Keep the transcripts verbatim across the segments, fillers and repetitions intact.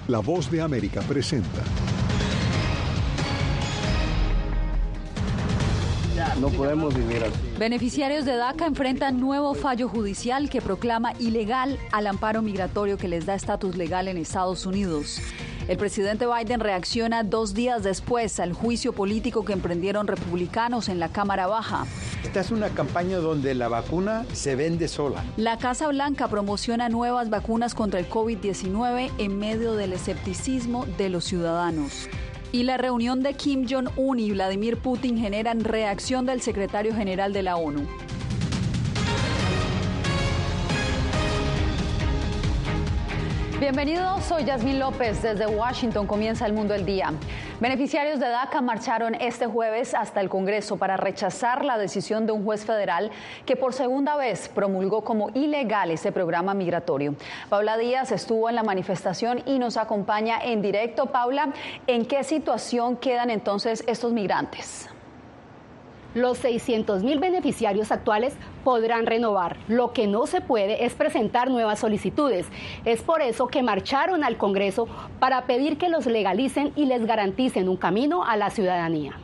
La Voz de América presenta. No podemos vivir así. Beneficiarios de DACA enfrentan nuevo fallo judicial que proclama ilegal al amparo migratorio que les da estatus legal en Estados Unidos. El presidente Biden reacciona dos días después al juicio político que emprendieron republicanos en la Cámara Baja. Esta es una campaña donde la vacuna se vende sola. La Casa Blanca promociona nuevas vacunas contra el COVID diecinueve en medio del escepticismo de los ciudadanos. Y la reunión de Kim Jong-un y Vladimir Putin generan reacción del secretario general de la ONU. Bienvenidos, soy Yasmín López. Desde Washington comienza El Mundo del Día. Beneficiarios de DACA marcharon este jueves hasta el Congreso para rechazar la decisión de un juez federal que por segunda vez promulgó como ilegal ese programa migratorio. Paula Díaz estuvo en la manifestación y nos acompaña en directo. Paula, ¿en qué situación quedan entonces estos migrantes? Los seiscientos mil beneficiarios actuales podrán renovar. Lo que no se puede es presentar nuevas solicitudes. Es por eso que marcharon al Congreso para pedir que los legalicen y les garanticen un camino a la ciudadanía.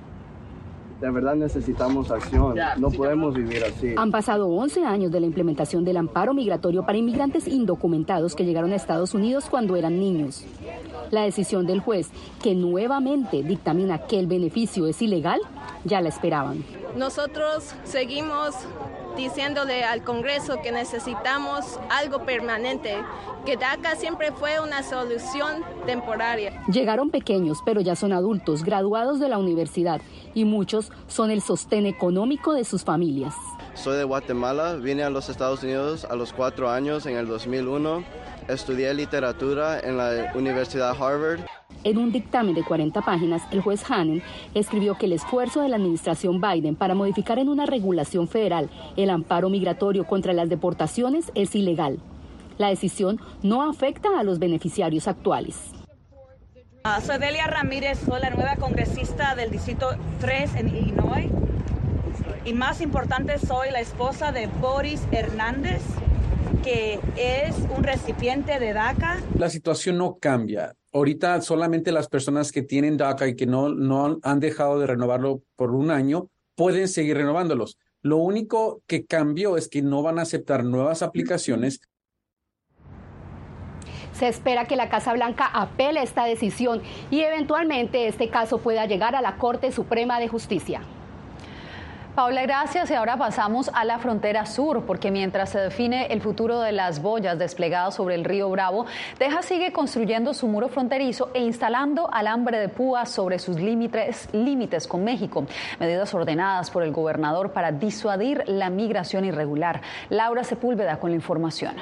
De verdad necesitamos acción. No podemos vivir así. Han pasado once años de la implementación del amparo migratorio para inmigrantes indocumentados que llegaron a Estados Unidos cuando eran niños. La decisión del juez, que nuevamente dictamina que el beneficio es ilegal, ya la esperaban. Nosotros seguimos diciéndole al Congreso que necesitamos algo permanente, que DACA siempre fue una solución temporaria. Llegaron pequeños, pero ya son adultos, graduados de la universidad, y muchos son el sostén económico de sus familias. Soy de Guatemala, vine a los Estados Unidos a los cuatro años en el dos mil uno. Estudié literatura en la Universidad Harvard. En un dictamen de cuarenta páginas, el juez Hannon escribió que el esfuerzo de la administración Biden para modificar en una regulación federal el amparo migratorio contra las deportaciones es ilegal. La decisión no afecta a los beneficiarios actuales. Uh, soy Delia Ramírez, soy la nueva congresista del Distrito tres en Illinois. Y más importante, soy la esposa de Boris Hernández, que es un recipiente de DACA. La situación no cambia. Ahorita solamente las personas que tienen DACA y que no, no han dejado de renovarlo por un año pueden seguir renovándolos. Lo único que cambió es que no van a aceptar nuevas aplicaciones. Se espera que la Casa Blanca apele esta decisión y eventualmente este caso pueda llegar a la Corte Suprema de Justicia. Paula, gracias. Y ahora pasamos a la frontera sur, porque mientras se define el futuro de las boyas desplegadas sobre el río Bravo, Texas sigue construyendo su muro fronterizo e instalando alambre de púas sobre sus límites, límites con México, medidas ordenadas por el gobernador para disuadir la migración irregular. Laura Sepúlveda con la información.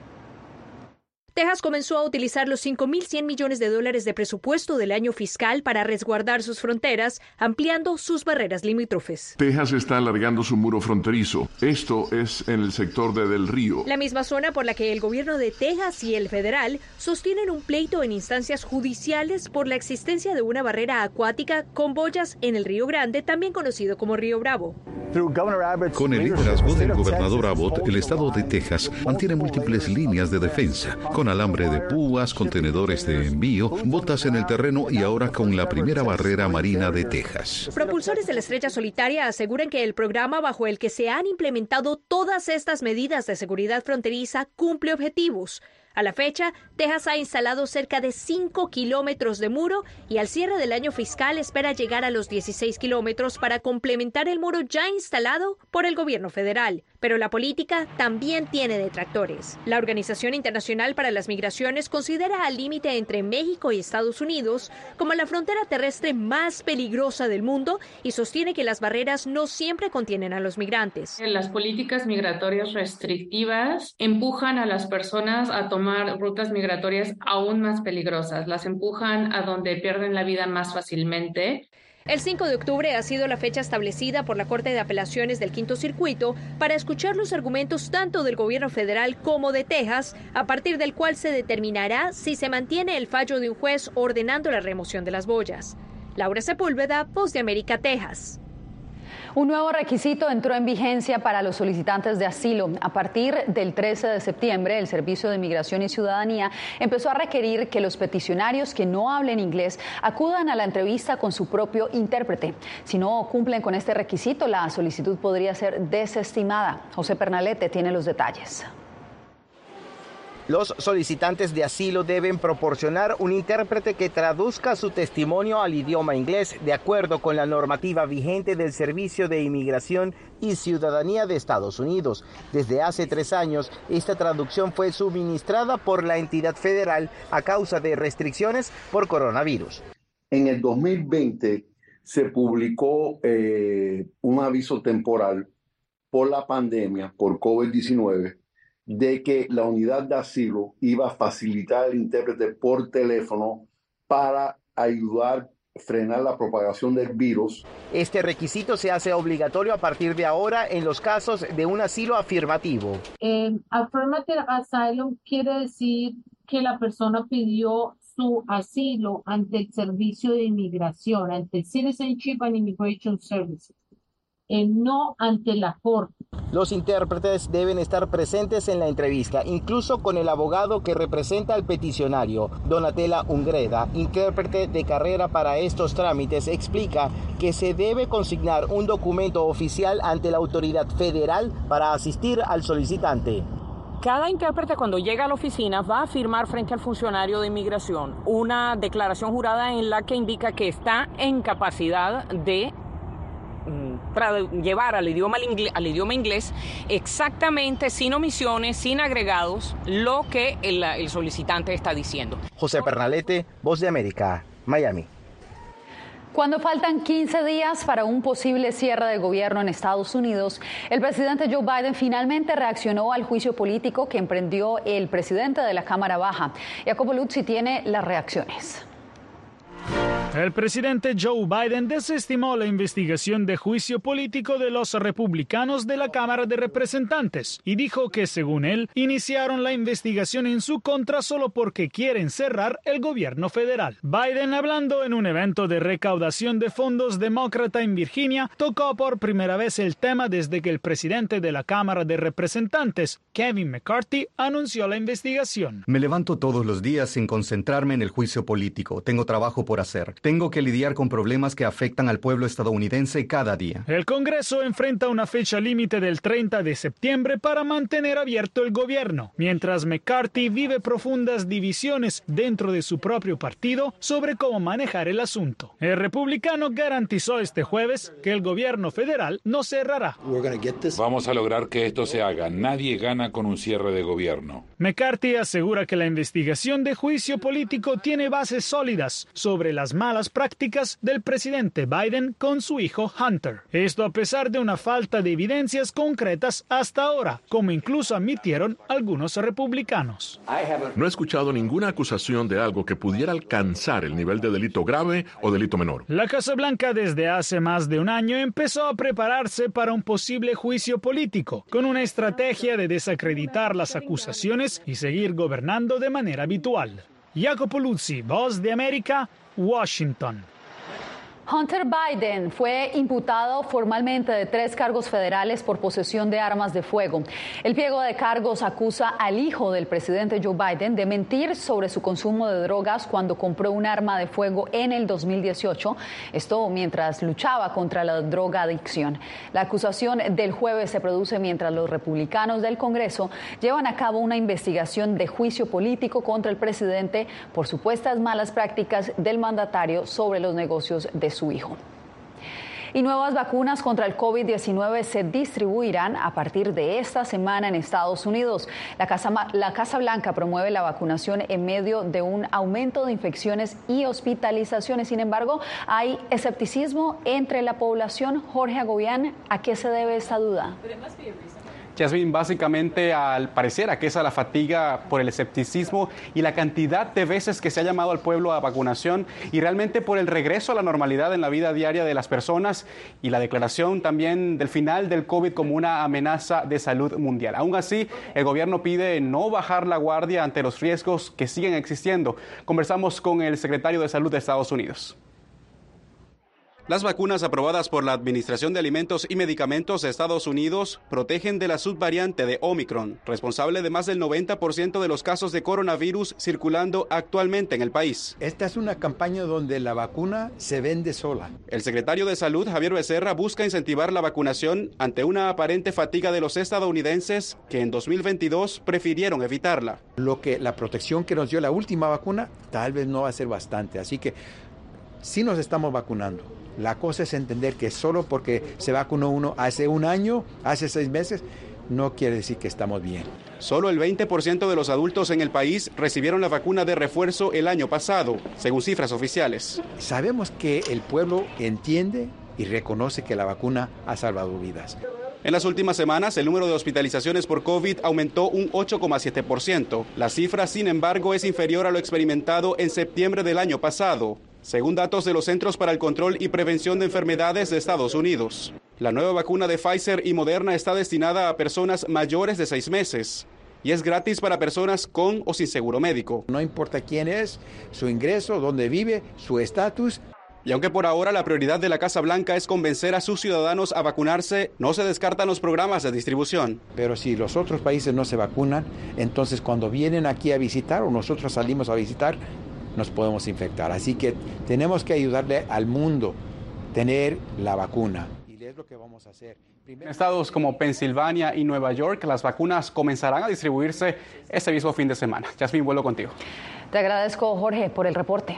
Texas comenzó a utilizar los cinco mil cien millones de dólares de presupuesto del año fiscal para resguardar sus fronteras, ampliando sus barreras limítrofes. Texas está alargando su muro fronterizo. Esto es en el sector de Del Río. La misma zona por la que el gobierno de Texas y el federal sostienen un pleito en instancias judiciales por la existencia de una barrera acuática con boyas en el Río Grande, también conocido como Río Bravo. Con el liderazgo del gobernador Abbott, el estado de Texas mantiene múltiples líneas de defensa, con alambre de púas, contenedores de envío, botas en el terreno y ahora con la primera barrera marina de Texas. Propulsores de la estrella solitaria aseguran que el programa bajo el que se han implementado todas estas medidas de seguridad fronteriza cumple objetivos. A la fecha, Texas ha instalado cerca de cinco kilómetros de muro y al cierre del año fiscal espera llegar a los dieciséis kilómetros para complementar el muro ya instalado por el gobierno federal. Pero la política también tiene detractores. La Organización Internacional para las Migraciones considera al límite entre México y Estados Unidos como la frontera terrestre más peligrosa del mundo y sostiene que las barreras no siempre contienen a los migrantes. Las políticas migratorias restrictivas empujan a las personas a tomar rutas migratorias aún más peligrosas, las empujan a donde pierden la vida más fácilmente. El cinco de octubre ha sido la fecha establecida por la Corte de Apelaciones del Quinto Circuito para escuchar los argumentos tanto del gobierno federal como de Texas, a partir del cual se determinará si se mantiene el fallo de un juez ordenando la remoción de las boyas. Laura Sepúlveda, Voz de América, Texas. Un nuevo requisito entró en vigencia para los solicitantes de asilo. A partir del trece de septiembre, el Servicio de Inmigración y Ciudadanía empezó a requerir que los peticionarios que no hablen inglés acudan a la entrevista con su propio intérprete. Si no cumplen con este requisito, la solicitud podría ser desestimada. José Pernalete tiene los detalles. Los solicitantes de asilo deben proporcionar un intérprete que traduzca su testimonio al idioma inglés de acuerdo con la normativa vigente del Servicio de Inmigración y Ciudadanía de Estados Unidos. Desde hace tres años, esta traducción fue suministrada por la entidad federal a causa de restricciones por coronavirus. En el dos mil veinte se publicó eh, un aviso temporal por la pandemia, por COVID diecinueve, de que la unidad de asilo iba a facilitar al intérprete por teléfono para ayudar a frenar la propagación del virus. Este requisito se hace obligatorio a partir de ahora en los casos de un asilo afirmativo. Eh, affirmative asylum quiere decir que la persona pidió su asilo ante el Servicio de Inmigración, ante el Citizenship and Immigration Services, eh, no ante la Corte. Los intérpretes deben estar presentes en la entrevista, incluso con el abogado que representa al peticionario. Donatella Ungreda, intérprete de carrera para estos trámites, explica que se debe consignar un documento oficial ante la autoridad federal para asistir al solicitante. Cada intérprete cuando llega a la oficina va a firmar frente al funcionario de inmigración una declaración jurada en la que indica que está en capacidad de llevar al idioma, al idioma inglés exactamente, sin omisiones, sin agregados, lo que el, el solicitante está diciendo. José Pernalete, Voz de América, Miami. Cuando faltan quince días para un posible cierre de gobierno en Estados Unidos, el presidente Joe Biden finalmente reaccionó al juicio político que emprendió el presidente de la Cámara Baja. Jacopo Luzzi tiene las reacciones. El presidente Joe Biden desestimó la investigación de juicio político de los republicanos de la Cámara de Representantes y dijo que, según él, iniciaron la investigación en su contra solo porque quieren cerrar el gobierno federal. Biden, hablando en un evento de recaudación de fondos demócrata en Virginia, tocó por primera vez el tema desde que el presidente de la Cámara de Representantes, Kevin McCarthy, anunció la investigación. Me levanto todos los días sin concentrarme en el juicio político. Tengo trabajo por hacer. Tengo que lidiar con problemas que afectan al pueblo estadounidense cada día. El Congreso enfrenta una fecha límite del treinta de septiembre para mantener abierto el gobierno, mientras McCarthy vive profundas divisiones dentro de su propio partido sobre cómo manejar el asunto. El republicano garantizó este jueves que el gobierno federal no cerrará. Vamos a lograr que esto se haga. Nadie gana con un cierre de gobierno. McCarthy asegura que la investigación de juicio político tiene bases sólidas sobre las malas prácticas del presidente Biden con su hijo Hunter. Esto a pesar de una falta de evidencias concretas hasta ahora, como incluso admitieron algunos republicanos. No he escuchado ninguna acusación de algo que pudiera alcanzar el nivel de delito grave o delito menor. La Casa Blanca desde hace más de un año empezó a prepararse para un posible juicio político, con una estrategia de desacreditar las acusaciones y seguir gobernando de manera habitual. Jacopo Luzzi, Voz de América, Washington. Hunter Biden fue imputado formalmente de tres cargos federales por posesión de armas de fuego. El pliego de cargos acusa al hijo del presidente Joe Biden de mentir sobre su consumo de drogas cuando compró un arma de fuego en el dos mil dieciocho, esto mientras luchaba contra la drogadicción. La acusación del jueves se produce mientras los republicanos del Congreso llevan a cabo una investigación de juicio político contra el presidente por supuestas malas prácticas del mandatario sobre los negocios de su su hijo. Y nuevas vacunas contra el COVID diecinueve se distribuirán a partir de esta semana en Estados Unidos. La Casa, la Casa Blanca promueve la vacunación en medio de un aumento de infecciones y hospitalizaciones. Sin embargo, hay escepticismo entre la población. Jorge Agobián, ¿a qué se debe esta duda? Yasmin, básicamente al parecer aqueja la fatiga por el escepticismo y la cantidad de veces que se ha llamado al pueblo a vacunación y realmente por el regreso a la normalidad en la vida diaria de las personas y la declaración también del final del COVID como una amenaza de salud mundial. Aún así, el gobierno pide no bajar la guardia ante los riesgos que siguen existiendo. Conversamos con el secretario de Salud de Estados Unidos. Las vacunas aprobadas por la Administración de Alimentos y Medicamentos de Estados Unidos protegen de la subvariante de Omicron, responsable de más del noventa por ciento de los casos de coronavirus circulando actualmente en el país. Esta es una campaña donde la vacuna se vende sola. El secretario de Salud, Javier Becerra, busca incentivar la vacunación ante una aparente fatiga de los estadounidenses que en dos mil veintidós prefirieron evitarla. Lo que la protección que nos dio la última vacuna tal vez no va a ser bastante, así que sí nos estamos vacunando. La cosa es entender que solo porque se vacunó uno hace un año, hace seis meses, no quiere decir que estamos bien. Solo el veinte por ciento de los adultos en el país recibieron la vacuna de refuerzo el año pasado, según cifras oficiales. Sabemos que el pueblo entiende y reconoce que la vacuna ha salvado vidas. En las últimas semanas, el número de hospitalizaciones por COVID aumentó un ocho coma siete por ciento. La cifra, sin embargo, es inferior a lo experimentado en septiembre del año pasado, según datos de los Centros para el Control y Prevención de Enfermedades de Estados Unidos. La nueva vacuna de Pfizer y Moderna está destinada a personas mayores de seis meses y es gratis para personas con o sin seguro médico. No importa quién es, su ingreso, dónde vive, su estatus. Y aunque por ahora la prioridad de la Casa Blanca es convencer a sus ciudadanos a vacunarse, no se descartan los programas de distribución. Pero si los otros países no se vacunan, entonces cuando vienen aquí a visitar o nosotros salimos a visitar, nos podemos infectar. Así que tenemos que ayudarle al mundo a tener la vacuna. Y es lo que vamos a hacer. En estados como Pensilvania y Nueva York, las vacunas comenzarán a distribuirse este mismo fin de semana. Yasmín, vuelvo contigo. Te agradezco, Jorge, por el reporte.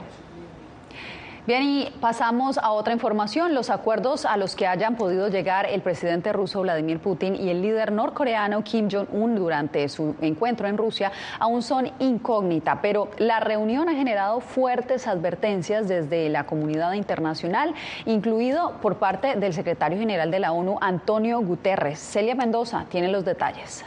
Bien, y pasamos a otra información. Los acuerdos a los que hayan podido llegar el presidente ruso Vladimir Putin y el líder norcoreano Kim Jong-un durante su encuentro en Rusia aún son incógnita, pero la reunión ha generado fuertes advertencias desde la comunidad internacional, incluido por parte del secretario general de la ONU, Antonio Guterres. Celia Mendoza tiene los detalles.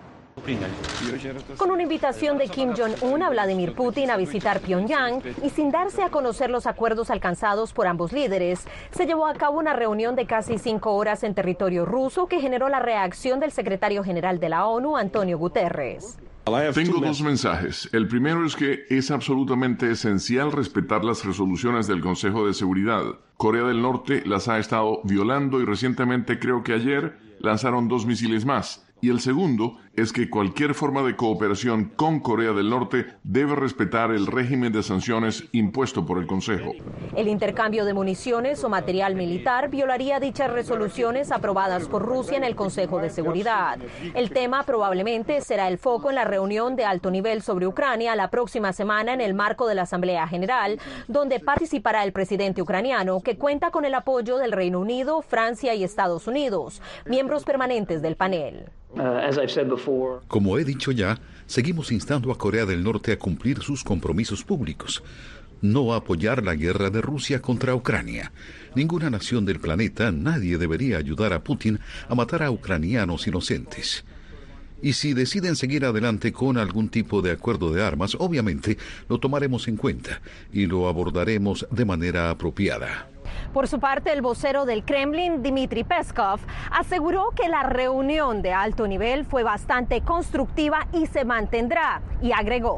Con una invitación de Kim Jong-un a Vladimir Putin a visitar Pyongyang y sin darse a conocer los acuerdos alcanzados por ambos líderes, se llevó a cabo una reunión de casi cinco horas en territorio ruso que generó la reacción del secretario general de la ONU, Antonio Guterres. Tengo dos mensajes. El primero es que es absolutamente esencial respetar las resoluciones del Consejo de Seguridad. Corea del Norte las ha estado violando y recientemente, creo que ayer, lanzaron dos misiles más. Y el segundo es que cualquier forma de cooperación con Corea del Norte debe respetar el régimen de sanciones impuesto por el Consejo. El intercambio de municiones o material militar violaría dichas resoluciones aprobadas por Rusia en el Consejo de Seguridad. El tema probablemente será el foco en la reunión de alto nivel sobre Ucrania la próxima semana en el marco de la Asamblea General, donde participará el presidente ucraniano, que cuenta con el apoyo del Reino Unido, Francia y Estados Unidos, miembros permanentes del panel. Como he dicho ya, seguimos instando a Corea del Norte a cumplir sus compromisos públicos. No apoyar la guerra de Rusia contra Ucrania. Ninguna nación del planeta, nadie debería ayudar a Putin a matar a ucranianos inocentes. Y si deciden seguir adelante con algún tipo de acuerdo de armas, obviamente lo tomaremos en cuenta y lo abordaremos de manera apropiada. Por su parte, el vocero del Kremlin, Dmitry Peskov, aseguró que la reunión de alto nivel fue bastante constructiva y se mantendrá, y agregó: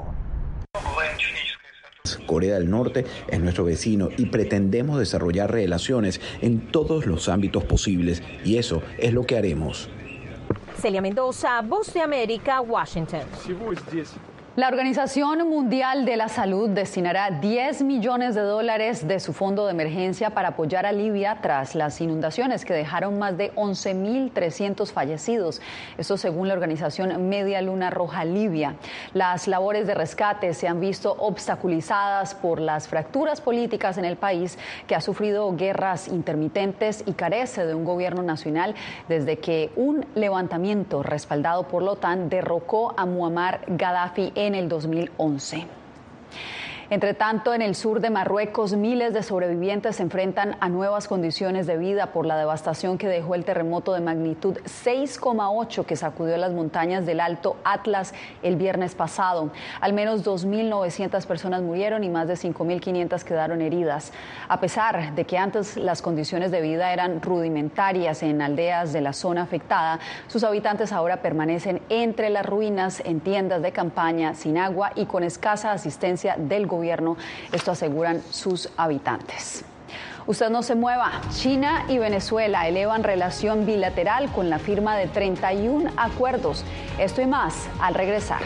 Corea del Norte es nuestro vecino y pretendemos desarrollar relaciones en todos los ámbitos posibles, y eso es lo que haremos. Celia Mendoza, Voz de América, Washington. La Organización Mundial de la Salud destinará diez millones de dólares de su fondo de emergencia para apoyar a Libia tras las inundaciones que dejaron más de once mil trescientos fallecidos. Esto según la organización Media Luna Roja Libia. Las labores de rescate se han visto obstaculizadas por las fracturas políticas en el país, que ha sufrido guerras intermitentes y carece de un gobierno nacional desde que un levantamiento respaldado por la OTAN derrocó a Muammar Gaddafi en en el dos mil once. Entre tanto, en el sur de Marruecos, miles de sobrevivientes se enfrentan a nuevas condiciones de vida por la devastación que dejó el terremoto de magnitud seis coma ocho que sacudió las montañas del Alto Atlas el viernes pasado. Al menos dos mil novecientas personas murieron y más de cinco mil quinientas quedaron heridas. A pesar de que antes las condiciones de vida eran rudimentarias en aldeas de la zona afectada, sus habitantes ahora permanecen entre las ruinas en tiendas de campaña, sin agua y con escasa asistencia del gobierno. Esto aseguran sus habitantes. Usted no se mueva. China y Venezuela elevan relación bilateral con la firma de treinta y un acuerdos. Esto y más al regresar.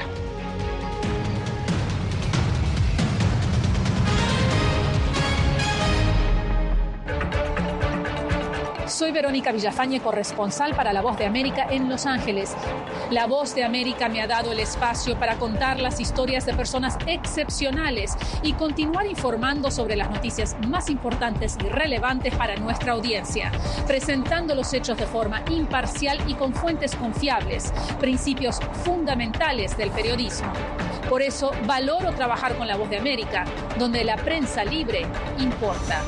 Soy Verónica Villafañe, corresponsal para La Voz de América en Los Ángeles. La Voz de América me ha dado el espacio para contar las historias de personas excepcionales y continuar informando sobre las noticias más importantes y relevantes para nuestra audiencia, presentando los hechos de forma imparcial y con fuentes confiables, principios fundamentales del periodismo. Por eso valoro trabajar con La Voz de América, donde la prensa libre importa.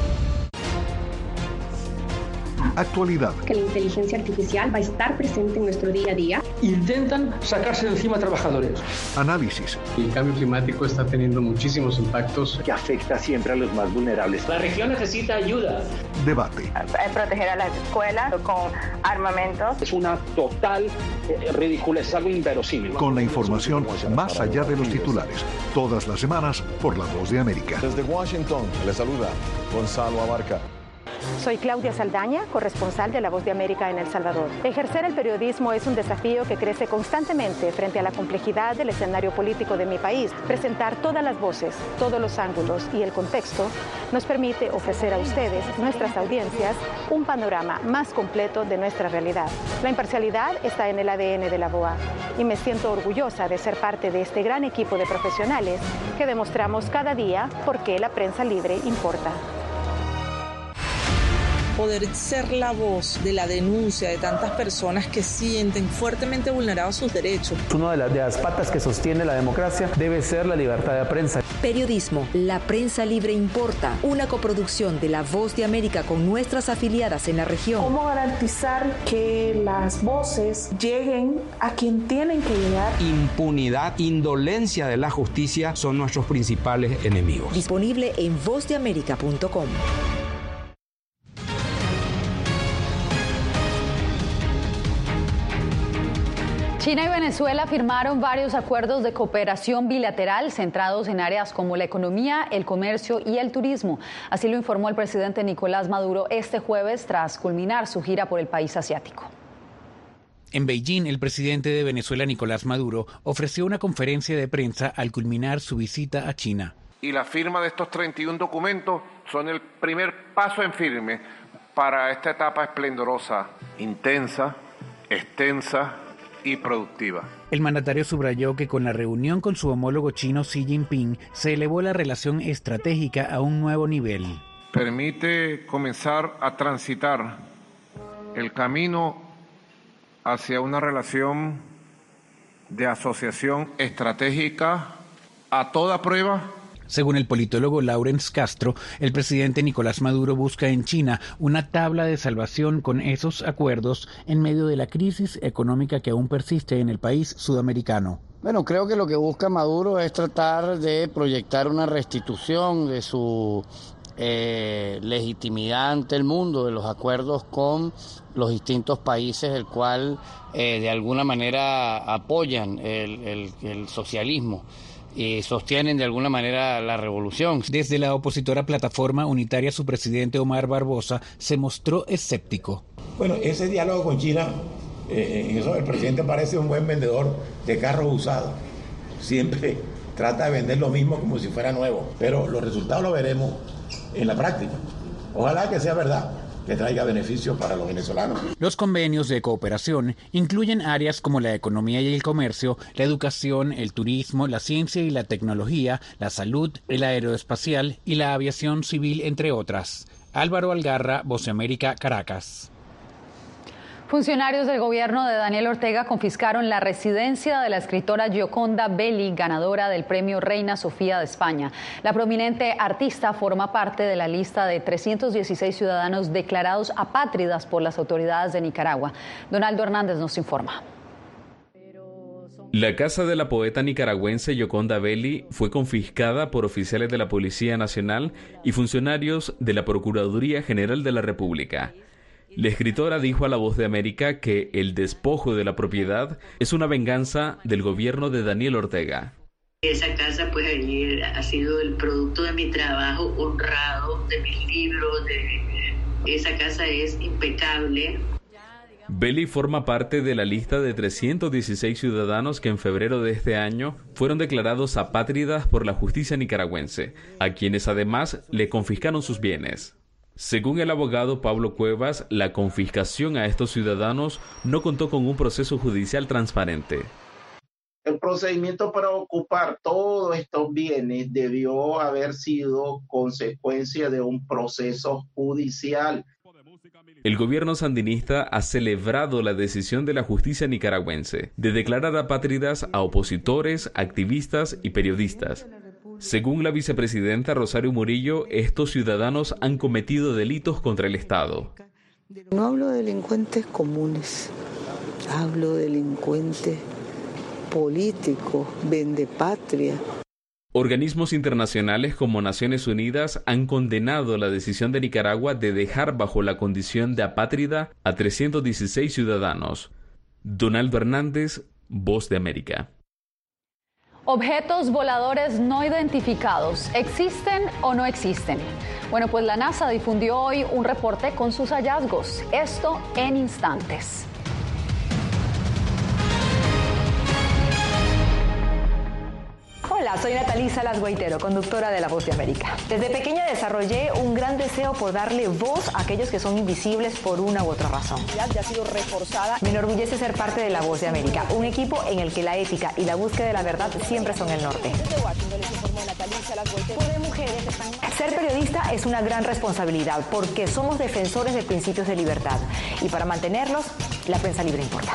Actualidad. Que la inteligencia artificial va a estar presente en nuestro día a día. Intentan sacarse de encima a trabajadores. Análisis. El cambio climático está teniendo muchísimos impactos que afecta siempre a los más vulnerables. La región necesita ayuda. Debate. Proteger a las escuelas con armamentos. Es una total eh, ridiculez, algo inverosímil. Con la información más allá de los titulares. Todas las semanas por La Voz de América. Desde Washington, le saluda Gonzalo Abarca. Soy Claudia Saldaña, corresponsal de La Voz de América en El Salvador. Ejercer el periodismo es un desafío que crece constantemente frente a la complejidad del escenario político de mi país. Presentar todas las voces, todos los ángulos y el contexto nos permite ofrecer a ustedes, nuestras audiencias, un panorama más completo de nuestra realidad. La imparcialidad está en el A D N de la V O A y me siento orgullosa de ser parte de este gran equipo de profesionales que demostramos cada día por qué la prensa libre importa. Poder ser la voz de la denuncia de tantas personas que sienten fuertemente vulnerados sus derechos. Una de las, de las patas que sostiene la democracia debe ser la libertad de prensa. Periodismo, la prensa libre importa, una coproducción de La Voz de América con nuestras afiliadas en la región. ¿Cómo garantizar que las voces lleguen a quien tienen que llegar? Impunidad, indolencia de la justicia son nuestros principales enemigos. Disponible en voz de américa punto com. China y Venezuela firmaron varios acuerdos de cooperación bilateral centrados en áreas como la economía, el comercio y el turismo. Así lo informó el presidente Nicolás Maduro este jueves tras culminar su gira por el país asiático. En Beijing, el presidente de Venezuela, Nicolás Maduro, ofreció una conferencia de prensa al culminar su visita a China. Y la firma de estos treinta y un documentos son el primer paso en firme para esta etapa esplendorosa, intensa, extensa y productiva. El mandatario subrayó que con la reunión con su homólogo chino Xi Jinping se elevó la relación estratégica a un nuevo nivel. Permite comenzar a transitar el camino hacia una relación de asociación estratégica a toda prueba. Según el politólogo Lawrence Castro, el presidente Nicolás Maduro busca en China una tabla de salvación con esos acuerdos en medio de la crisis económica que aún persiste en el país sudamericano. Bueno, creo que lo que busca Maduro es tratar de proyectar una restitución de su eh, legitimidad ante el mundo, de los acuerdos con los distintos países, el cual eh, de alguna manera apoyan el, el, el socialismo y sostienen de alguna manera la revolución. Desde la opositora Plataforma Unitaria, su presidente Omar Barbosa se mostró escéptico. Bueno, ese diálogo con China, eh, en eso el presidente parece un buen vendedor de carros usados. Siempre trata de vender lo mismo como si fuera nuevo, pero los resultados los veremos en la práctica. Ojalá que sea verdad, que traiga beneficios para los venezolanos. Los convenios de cooperación incluyen áreas como la economía y el comercio, la educación, el turismo, la ciencia y la tecnología, la salud, el aeroespacial y la aviación civil, entre otras. Álvaro Algarra, Voz de América, Caracas. Funcionarios del gobierno de Daniel Ortega confiscaron la residencia de la escritora Gioconda Belli, ganadora del premio Reina Sofía de España. La prominente artista forma parte de la lista de trescientos dieciséis ciudadanos declarados apátridas por las autoridades de Nicaragua. Donaldo Hernández nos informa. La casa de la poeta nicaragüense Gioconda Belli fue confiscada por oficiales de la Policía Nacional y funcionarios de la Procuraduría General de la República. La escritora dijo a La Voz de América que el despojo de la propiedad es una venganza del gobierno de Daniel Ortega. Esa casa pues allí ha sido el producto de mi trabajo honrado, de mis libros, de... esa casa es impecable. Belli forma parte de la lista de trescientos dieciséis ciudadanos que en febrero de este año fueron declarados apátridas por la justicia nicaragüense, a quienes además le confiscaron sus bienes. Según el abogado Pablo Cuevas, la confiscación a estos ciudadanos no contó con un proceso judicial transparente. El procedimiento para ocupar todos estos bienes debió haber sido consecuencia de un proceso judicial. El gobierno sandinista ha celebrado la decisión de la justicia nicaragüense de declarar apátridas a opositores, activistas y periodistas. Según la vicepresidenta Rosario Murillo, estos ciudadanos han cometido delitos contra el Estado. No hablo de delincuentes comunes, hablo de delincuentes políticos, vendepatria. Organismos internacionales como Naciones Unidas han condenado la decisión de Nicaragua de dejar bajo la condición de apátrida a trescientos dieciséis ciudadanos. Donaldo Hernández, Voz de América. Objetos voladores no identificados, ¿existen o no existen? Bueno, pues la NASA difundió hoy un reporte con sus hallazgos. Esto en instantes. Hola, soy Natalí Salas Guaitero, conductora de La Voz de América. Desde pequeña desarrollé un gran deseo por darle voz a aquellos que son invisibles por una u otra razón. Ya ha sido reforzada. Me enorgullece ser parte de La Voz de América, un equipo en el que la ética y la búsqueda de la verdad siempre son el norte. Desde Washington les informó Natalí Salas Guaitero. Mujeres están... Ser periodista es una gran responsabilidad porque somos defensores de principios de libertad y para mantenerlos, la prensa libre importa.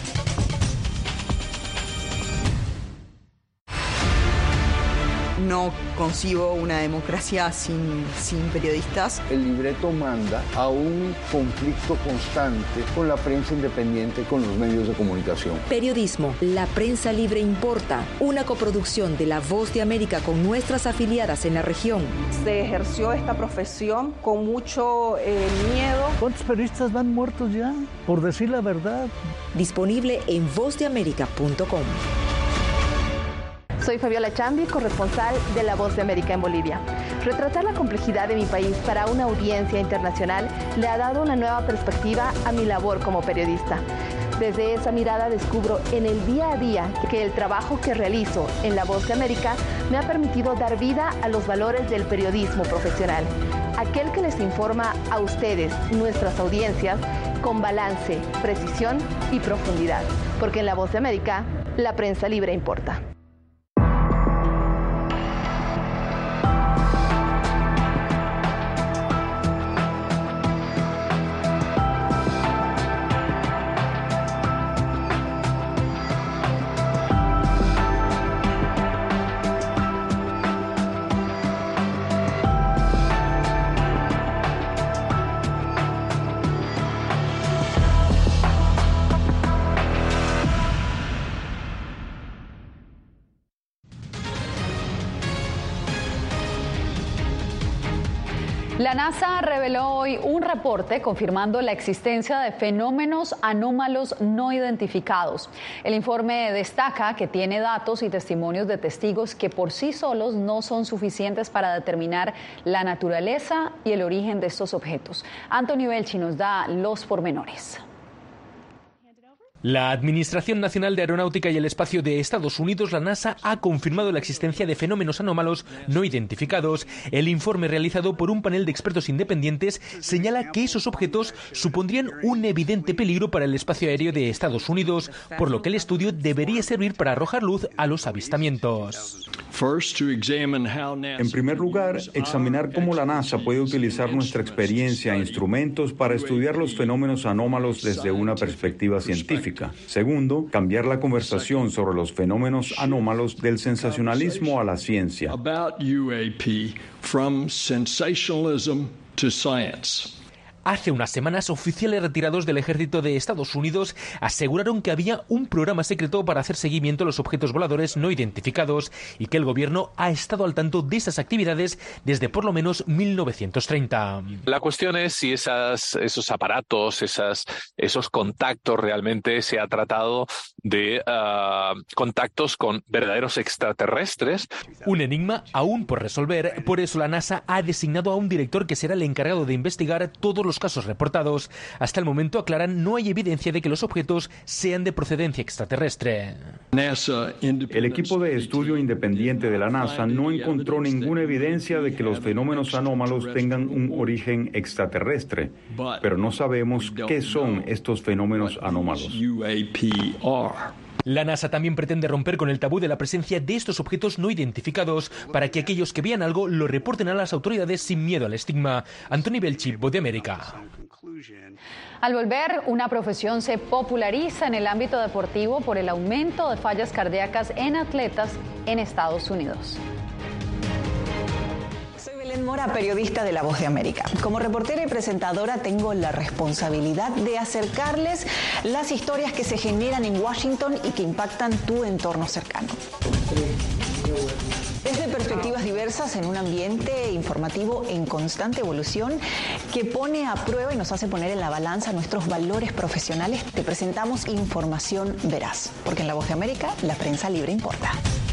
No concibo una democracia sin, sin periodistas. El libreto manda a un conflicto constante con la prensa independiente, con los medios de comunicación. Periodismo, la prensa libre importa. Una coproducción de La Voz de América con nuestras afiliadas en la región. Se ejerció esta profesión con mucho eh, miedo. ¿Cuántos periodistas van muertos ya por decir la verdad? Disponible en voz de américa punto com. Soy Fabiola Chambi, corresponsal de La Voz de América en Bolivia. Retratar la complejidad de mi país para una audiencia internacional le ha dado una nueva perspectiva a mi labor como periodista. Desde esa mirada descubro en el día a día que el trabajo que realizo en La Voz de América me ha permitido dar vida a los valores del periodismo profesional. Aquel que les informa a ustedes, nuestras audiencias, con balance, precisión y profundidad. Porque en La Voz de América, la prensa libre importa. La NASA reveló hoy un reporte confirmando la existencia de fenómenos anómalos no identificados. El informe destaca que tiene datos y testimonios de testigos que por sí solos no son suficientes para determinar la naturaleza y el origen de estos objetos. Anthony Belchi nos da los pormenores. La Administración Nacional de Aeronáutica y el Espacio de Estados Unidos, la NASA, ha confirmado la existencia de fenómenos anómalos no identificados. El informe realizado por un panel de expertos independientes señala que esos objetos supondrían un evidente peligro para el espacio aéreo de Estados Unidos, por lo que el estudio debería servir para arrojar luz a los avistamientos. En primer lugar, examinar cómo la NASA puede utilizar nuestra experiencia e instrumentos para estudiar los fenómenos anómalos desde una perspectiva científica. Segundo, cambiar la conversación sobre los fenómenos anómalos del sensacionalismo a la ciencia. Hace unas semanas, oficiales retirados del ejército de Estados Unidos aseguraron que había un programa secreto para hacer seguimiento a los objetos voladores no identificados y que el gobierno ha estado al tanto de esas actividades desde por lo menos mil novecientos treinta. La cuestión es si esas, esos aparatos, esas, esos contactos realmente se ha tratado de uh, contactos con verdaderos extraterrestres. Un enigma aún por resolver, por eso la NASA ha designado a un director que será el encargado de investigar todos los casos reportados. Hasta el momento, aclaran, no hay evidencia de que los objetos sean de procedencia extraterrestre. El equipo de estudio independiente de la NASA no encontró ninguna evidencia de que los fenómenos anómalos tengan un origen extraterrestre, pero no sabemos qué son estos fenómenos anómalos. La NASA también pretende romper con el tabú de la presencia de estos objetos no identificados para que aquellos que vean algo lo reporten a las autoridades sin miedo al estigma. Anthony Belchi, Voz de América. Al volver, una profesión se populariza en el ámbito deportivo por el aumento de fallas cardíacas en atletas en Estados Unidos. Belén Mora, periodista de La Voz de América. Como reportera y presentadora tengo la responsabilidad de acercarles las historias que se generan en Washington y que impactan tu entorno cercano. Desde perspectivas diversas en un ambiente informativo en constante evolución que pone a prueba y nos hace poner en la balanza nuestros valores profesionales, te presentamos información veraz, porque en La Voz de América la prensa libre importa.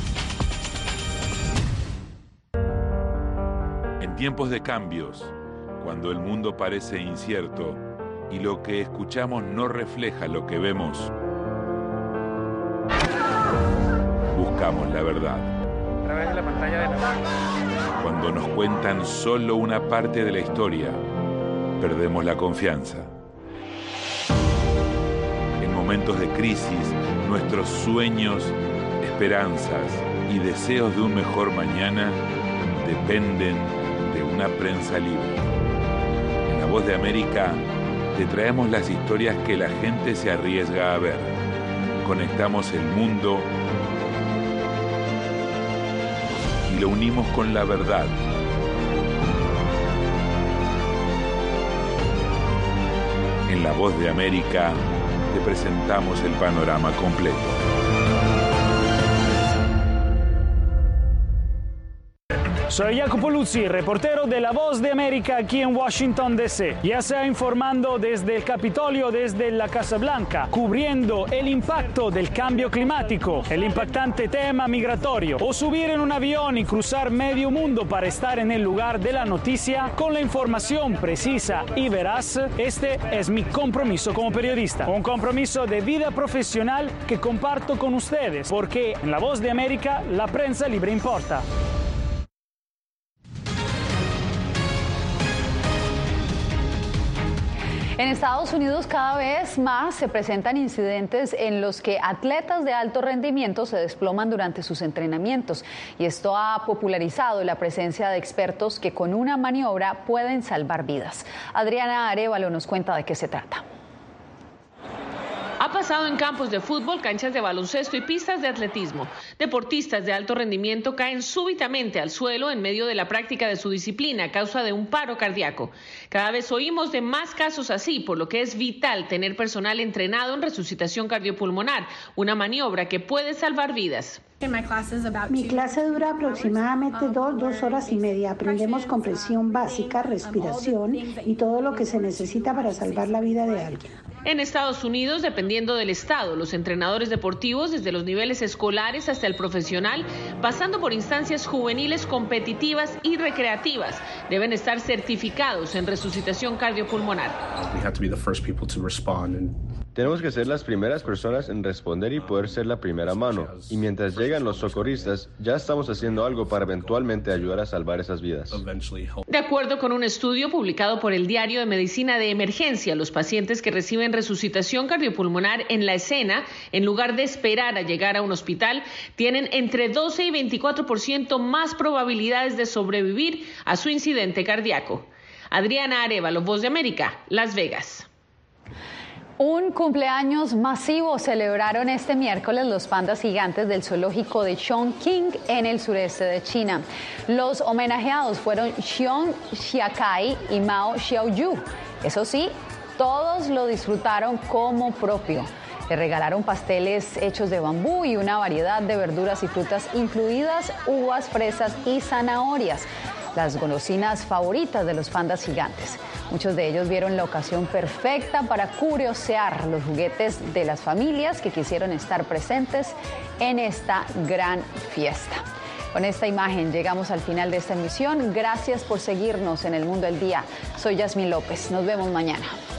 En tiempos de cambios, cuando el mundo parece incierto y lo que escuchamos no refleja lo que vemos, buscamos la verdad. A través de la pantalla de la... Cuando nos cuentan solo una parte de la historia, perdemos la confianza. En momentos de crisis, nuestros sueños, esperanzas y deseos de un mejor mañana dependen de una prensa libre. En La Voz de América te traemos las historias que la gente se arriesga a ver. Conectamos el mundo y lo unimos con la verdad. En La Voz de América te presentamos el panorama completo. Soy Jacopo Luzzi, reportero de La Voz de América aquí en Washington, D C Ya sea informando desde el Capitolio, desde la Casa Blanca, cubriendo el impacto del cambio climático, el impactante tema migratorio, o subir en un avión y cruzar medio mundo para estar en el lugar de la noticia con la información precisa y veraz, este es mi compromiso como periodista. Un compromiso de vida profesional que comparto con ustedes, porque en La Voz de América la prensa libre importa. En Estados Unidos cada vez más se presentan incidentes en los que atletas de alto rendimiento se desploman durante sus entrenamientos y esto ha popularizado la presencia de expertos que con una maniobra pueden salvar vidas. Adriana Arévalo nos cuenta de qué se trata. Ha pasado en campos de fútbol, canchas de baloncesto y pistas de atletismo. Deportistas de alto rendimiento caen súbitamente al suelo en medio de la práctica de su disciplina a causa de un paro cardíaco. Cada vez oímos de más casos así, por lo que es vital tener personal entrenado en resucitación cardiopulmonar, una maniobra que puede salvar vidas. Mi clase dura aproximadamente dos, dos horas y media. Aprendemos compresión básica, respiración y todo lo que se necesita para salvar la vida de alguien. En Estados Unidos, dependiendo del estado, los entrenadores deportivos, desde los niveles escolares hasta el profesional, pasando por instancias juveniles competitivas y recreativas, deben estar certificados en resucitación cardiopulmonar. Tenemos que ser las primeras personas en responder y poder ser la primera mano. Y mientras llegan los socorristas, ya estamos haciendo algo para eventualmente ayudar a salvar esas vidas. De acuerdo con un estudio publicado por el Diario de Medicina de Emergencia, los pacientes que reciben resucitación cardiopulmonar en la escena, en lugar de esperar a llegar a un hospital, tienen entre doce y veinticuatro por ciento más probabilidades de sobrevivir a su incidente cardíaco. Adriana Arévalo, Voz de América, Las Vegas. Un cumpleaños masivo celebraron este miércoles los pandas gigantes del zoológico de Chongqing en el sureste de China. Los homenajeados fueron Xiong Xiaokai y Mao Xiaoyu, Eso sí, todos lo disfrutaron como propio. Le regalaron pasteles hechos de bambú y una variedad de verduras y frutas, incluidas uvas, fresas y zanahorias, las golosinas favoritas de los pandas gigantes. Muchos de ellos vieron la ocasión perfecta para curiosear los juguetes de las familias que quisieron estar presentes en esta gran fiesta. Con esta imagen llegamos al final de esta emisión. Gracias por seguirnos en El Mundo al Día. Soy Yasmín López. Nos vemos mañana.